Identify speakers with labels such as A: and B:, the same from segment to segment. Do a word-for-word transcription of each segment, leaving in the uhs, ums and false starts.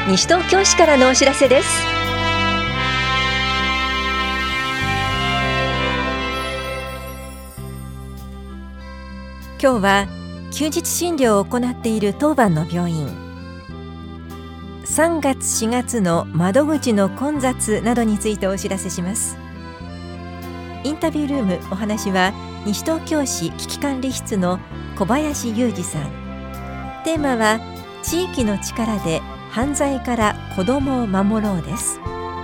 A: 西東京市からのお知らせです。今日は休日診療を行っている当番の病院、さんがつしがつの窓口の混雑などについてお知らせします。インタビュールーム、お話は西東京市危機管理室の小林裕二さん。テーマは地域の力で犯罪から子どもを守ろうです。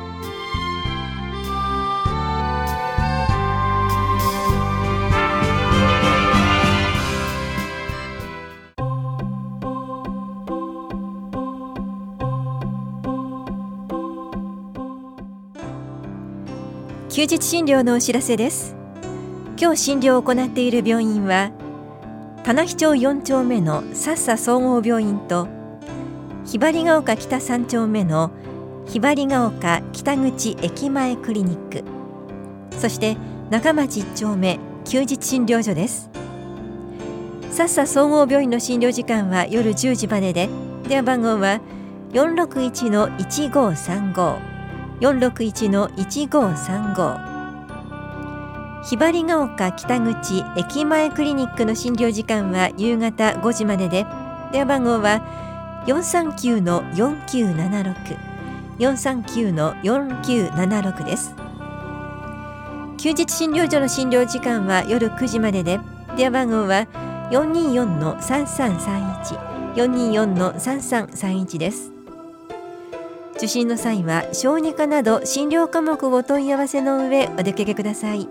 A: 休日診療のお知らせです。今日診療を行っている病院は棚比町よんちょうめのさっさ総合病院とひばりが丘北さんちょうめのひばりが丘北口駅前クリニック、そして中町いっちょうめ休日診療所です。さっさ総合病院の診療時間は夜じゅうじまでで、電話番号は よんろくいちのいちごさんご よんろくいちのいちごさんご。ひばりが丘北口駅前クリニックの診療時間は夕方ごじまでで、電話番号は よんさんきゅうのよんきゅうななろく よんさんきゅうのよんきゅうななろくです。休日診療所の診療時間は夜くじまでで、電話番号は よんにーよんのさんさんさんいち よんにーよんのさんさんさんいちです。受診の際は小児科など診療科目をお問い合わせの上お出かけください。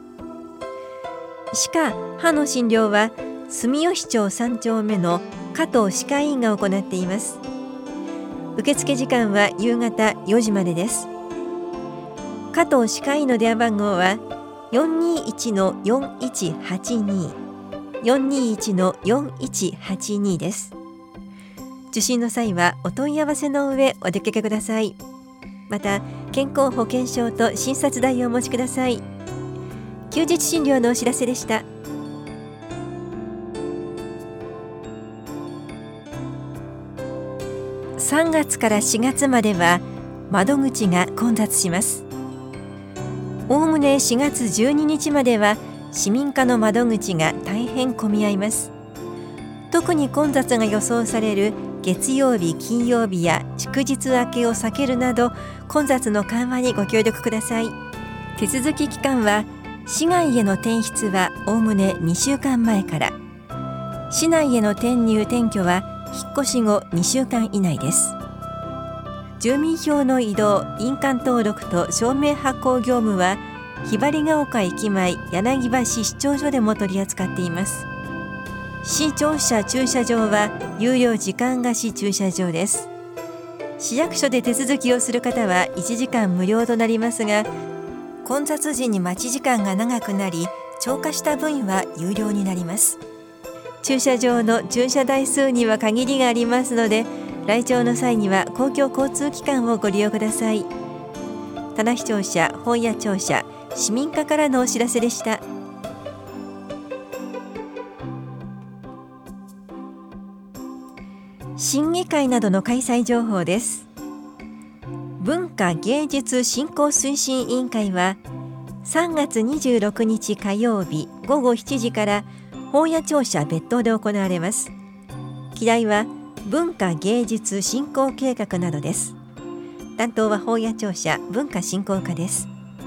A: 歯科・歯の診療は住吉町さんちょうめの加藤歯科医院が行っています。受付時間は夕方よじまでです。加藤歯科医の電話番号は よんにーいちのよんいちはちに よんにーいちのよんいちはちに です。受診の際はお問い合わせの上お出かけください。また健康保険証と診察代をお持ちください。休日診療のお知らせでした。さんがつからしがつまでは窓口が混雑します。おおむねしがつじゅうににちまでは市民課の窓口が大変混み合います。特に混雑が予想される月曜日、金曜日や祝日明けを避けるなど混雑の緩和にご協力ください。手続き期間は市外への転出はおおむねにしゅうかんまえから、市内への転入転居は引っ越し後にしゅうかん以内です。住民票の移動、印鑑登録と証明発行業務はひばりが丘駅前柳橋市庁所でも取り扱っています。市庁舎駐車場は有料時間貸し駐車場です。市役所で手続きをする方はいちじかん無料となりますが、混雑時に待ち時間が長くなり超過した分は有料になります。駐車場の駐車台数には限りがありますので、来庁の際には公共交通機関をご利用ください。棚視聴者、本屋庁舎、市民課からのお知らせでした。審議会などの開催情報です。文化芸術振興推進委員会はさんがつにじゅうろくにち火曜日ごごしちじから本屋庁舎別当で行われます。議題は文化芸術振興計画などです。担当は本屋庁舎文化振興課です。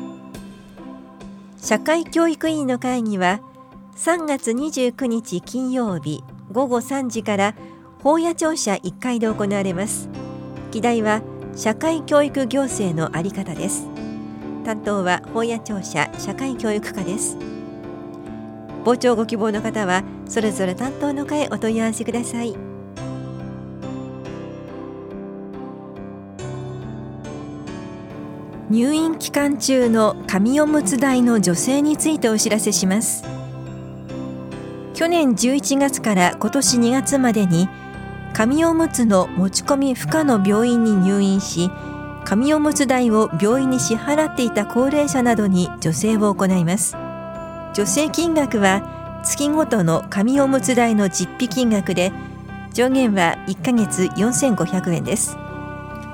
A: 社会教育委員の会議はさんがつにじゅうくにち金曜日ごごさんじから本屋庁舎いっかいで行われます。議題は社会教育行政の在り方です。担当は本屋庁舎社会教育課です。傍聴ご希望の方はそれぞれ担当の課へお問い合わせください。入院期間中の紙おむつ代の助成についてお知らせします。去年じゅういちがつから今年にがつまでに紙おむつの持ち込み不可の病院に入院し、紙おむつ代を病院に支払っていた高齢者などに助成を行います。助成金額は月ごとの紙おむつ代の実費金額で、上限はいっかげつよんせんごひゃくえんです。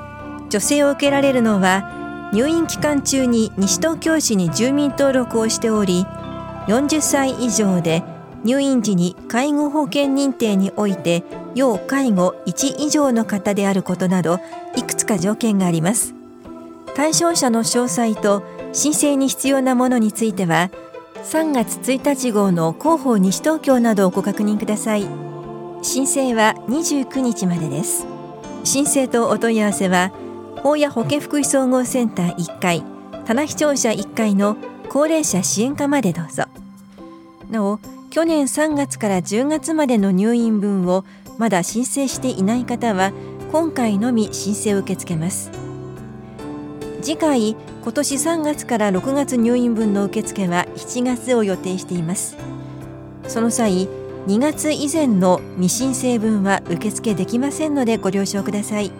A: 助成を受けられるのは入院期間中に西東京市に住民登録をしており、よんじゅっさい以上で入院時に介護保険認定において要介護いち以上の方であることなど、いくつか条件があります。対象者の詳細と申請に必要なものについてはさんがつついたち号の広報西東京などをご確認ください。申請はにじゅうくにちまでです。申請とお問い合わせは法や保健福祉総合センターいっかい、棚視聴者いっかいの高齢者支援課までどうぞ。なお、去年さんがつからじゅうがつまでの入院分をまだ申請していない方は今回のみ申請を受け付けます。次回、今年さんがつからろくがつ入院分の受付はしちがつを予定しています。その際、にがつ以前の未申請分は受付できませんのでご了承ください。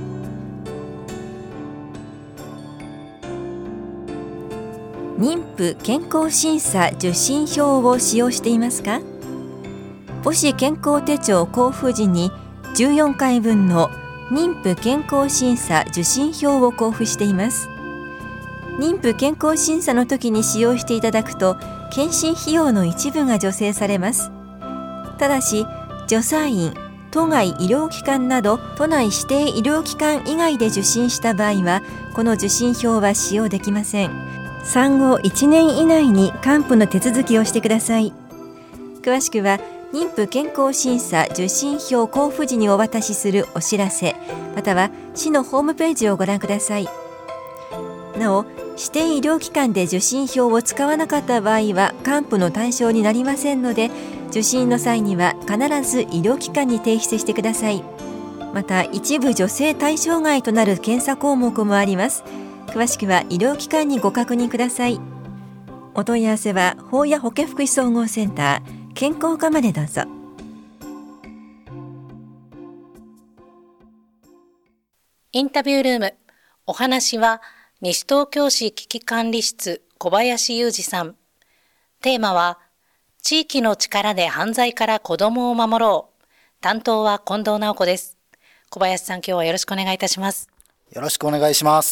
A: 妊婦健康審査受診票を使用していますか？母子健康手帳交付時にじゅうよんかいぶんの妊婦健康審査受診票を交付しています。妊婦健康審査の時に使用していただくと検診費用の一部が助成されます。ただし、助産院、都外医療機関など都内指定医療機関以外で受診した場合はこの受診票は使用できません。産後いちねん以内に還付の手続きをしてください。詳しくは妊婦健康審査受診票交付時にお渡しするお知らせ、または市のホームページをご覧ください。なお、指定医療機関で受診票を使わなかった場合は還付の対象になりませんので、受診の際には必ず医療機関に提出してください。また、一部助成対象外となる検査項目もあります。詳しくは医療機関にご確認ください。お問い合わせは法や保健福祉総合センター健康課までどうぞ。
B: インタビュールーム、お話は西東京市危機管理室小林裕二さん。テーマは地域の力で犯罪から子どもを守ろう。担当は近藤直子です。小林さん、今日はよろしくお願いいたします。
C: よろしくお願いします。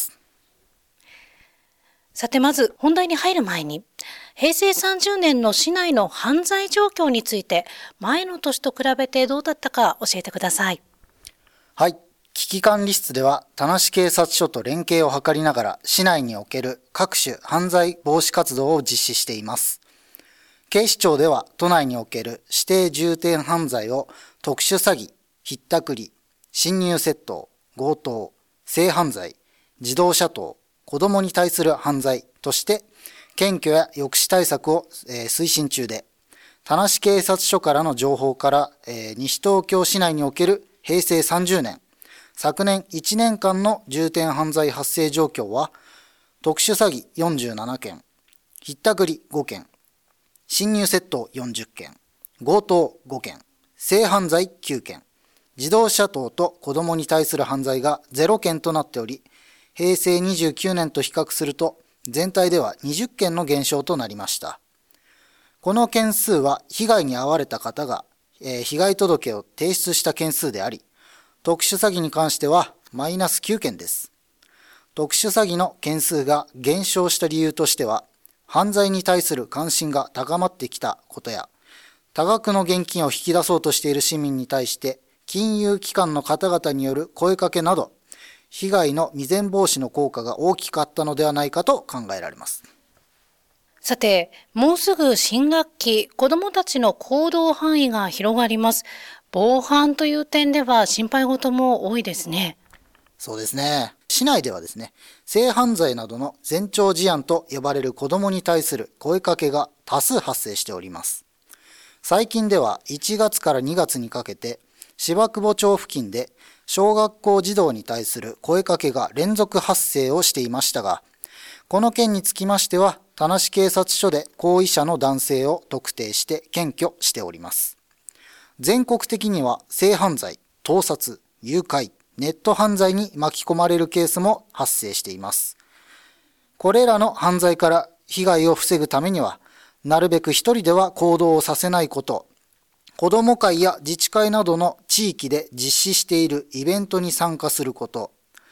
B: さて、まず本題に入る前に、へいせいさんじゅうねんの市内の犯罪状況について前の年と比べてどうだったか教えてください。
C: はい、危機管理室では田無警察署と連携を図りながら市内における各種犯罪防止活動を実施しています。警視庁では都内における指定重点犯罪を特殊詐欺、ひったくり、侵入窃盗、強盗、性犯罪、自動車盗、子どもに対する犯罪として検挙や抑止対策を、えー、推進中で、田無警察署からの情報から、えー、西東京市内におけるへいせいさんじゅうねん、昨年いちねんかんの重点犯罪発生状況は、特殊詐欺よんじゅうななけん、ひったくりごけん、侵入窃盗よんじゅっけん、強盗ごけん、性犯罪きゅうけん、自動車盗と子どもに対する犯罪がゼロけんとなっており、へいせいにじゅうきゅうねんと比較すると全体ではにじゅっけんの減少となりました。この件数は被害に遭われた方が、えー、被害届を提出した件数であり、特殊詐欺に関してはマイナスきゅうけんです。特殊詐欺の件数が減少した理由としては、犯罪に対する関心が高まってきたことや、多額の現金を引き出そうとしている市民に対して金融機関の方々による声かけなど、被害の未然防止の効果が大きかったのではないかと考えられます。
B: さて、もうすぐ新学期、子どもたちの行動範囲が広がります。防犯という点では心配事も多いですね。
C: そうですね。市内ではですね、性犯罪などの前兆事案と呼ばれる子どもに対する声かけが多数発生しております。最近ではいちがつからにがつにかけて、芝久保町付近で小学校児童に対する声かけが連続発生をしていましたが、この件につきましては、田無警察署で行為者の男性を特定して検挙しております。全国的には性犯罪、盗撮、誘拐、ネット犯罪に巻き込まれるケースも発生しています。これらの犯罪から被害を防ぐためには、なるべく一人では行動をさせないこと、子ども会や自治会などの地域で実施しているイベントに参加すること、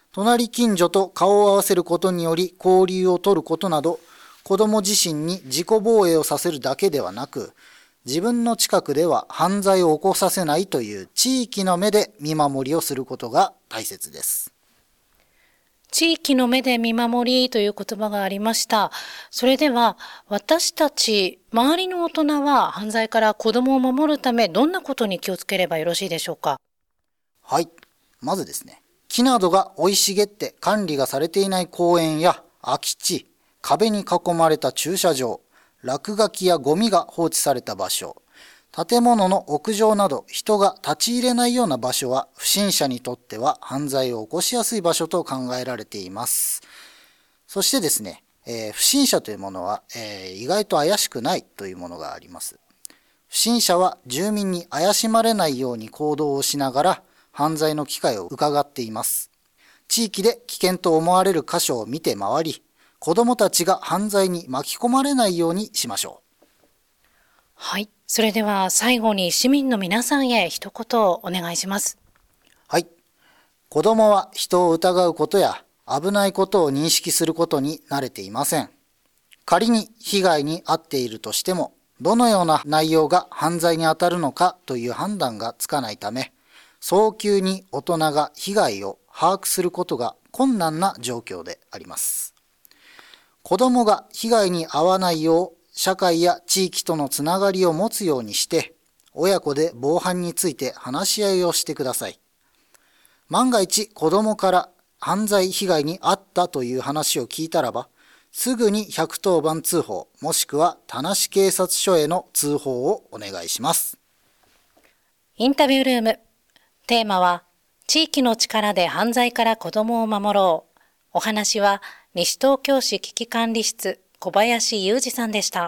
C: 隣近所と顔を合わせることにより交流を取ることなど、子ども自身に自己防衛をさせるだけではなく、自分の近くでは犯罪を起こさせないという地域の目で見守りをすることが大切です。
B: 地域の目で見守りという言葉がありました。それでは私たち周りの大人は犯罪から子どもを守るためどんなことに気をつければよろしいでしょうか。
C: はい、まずですね、木などが生い茂って管理がされていない公園や空き地、壁に囲まれた駐車場、落書きやゴミが放置された場所、建物の屋上など人が立ち入れないような場所は不審者にとっては犯罪を起こしやすい場所と考えられています。そしてですね、えー、不審者というものは、えー、意外と怪しくないというものがあります。不審者は住民に怪しまれないように行動をしながら犯罪の機会を伺っています。地域で危険と思われる箇所を見て回り、子どもたちが犯罪に巻き込まれないようにしましょう。
B: はい、それでは最後に市民の皆さんへ一言お願いします。
C: はい、子どもは人を疑うことや危ないことを認識することに慣れていません。仮に被害に遭っているとしても、どのような内容が犯罪に当たるのかという判断がつかないため、早急に大人が被害を把握することが困難な状況であります。子どもが被害に遭わないよう、社会や地域とのつながりを持つようにして、親子で防犯について話し合いをしてください。万が一子どもから犯罪被害に遭ったという話を聞いたらば、すぐにひゃくとおばん通報、もしくは田無警察署への通報をお願いします。
B: インタビュールーム。テーマは、地域の力で犯罪から子どもを守ろう。お話は、西東京市危機管理室、小林裕二さんでした。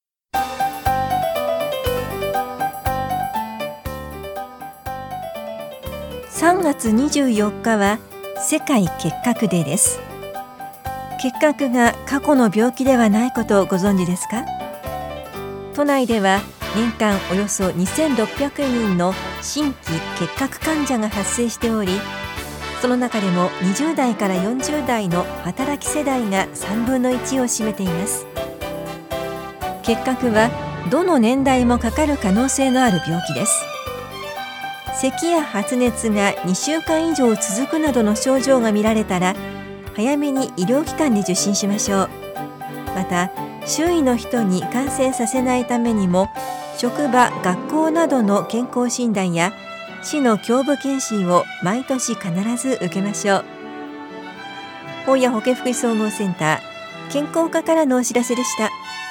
A: さんがつにじゅうよっかは世界結核デーです。結核が過去の病気ではないことをご存知ですか？都内では年間およそにせんろっぴゃくにんの新規結核患者が発生しており、その中でもにじゅうだいからよんじゅうだいの働き世代がさんぶんのいちを占めています。結核はどの年代もかかる可能性のある病気です。咳や発熱がにしゅうかん以上続くなどの症状が見られたら、早めに医療機関で受診しましょう。また、周囲の人に感染させないためにも、職場・学校などの健康診断や市の胸部検診を毎年必ず受けましょう。本屋保健福祉総合センター健康課からのお知らせでした。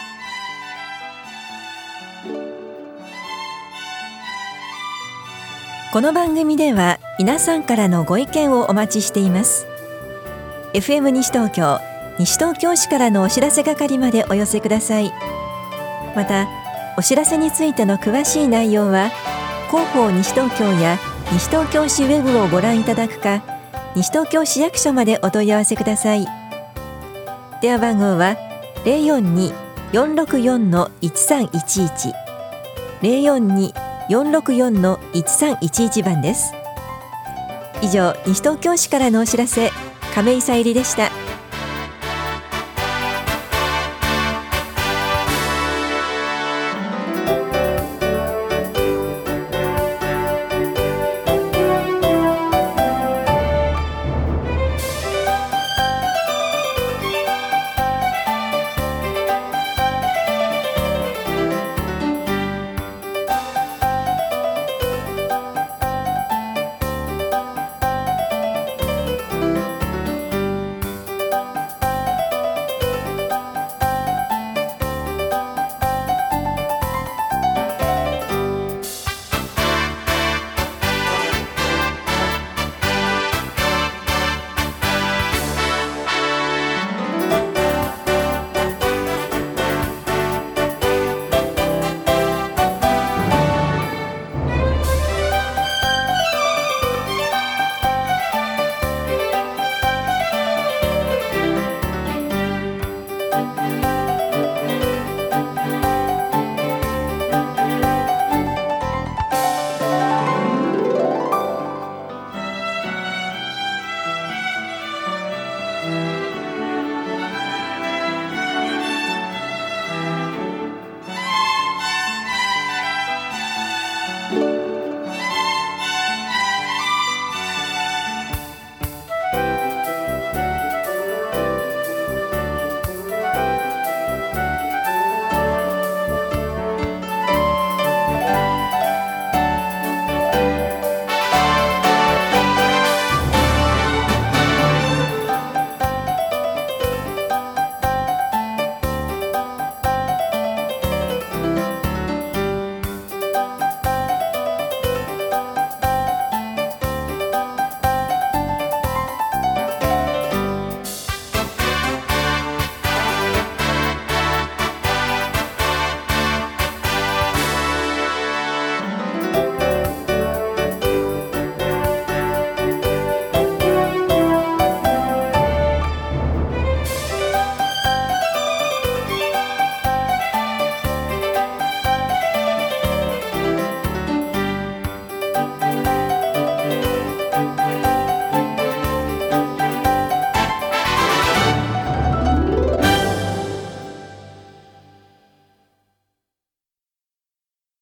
A: この番組では皆さんからのご意見をお待ちしています。エフエム 西東京、西東京市からのお知らせ係までお寄せください。また、お知らせについての詳しい内容は、広報西東京や西東京市ウェブをご覧いただくか、西東京市役所までお問い合わせください。電話番号は ゼロよんに よんろくよん いちさんいちいち ゼロよんに よんろくよん いちさんいちいち番です。以上、西東京市からのお知らせ、亀井さゆりでした。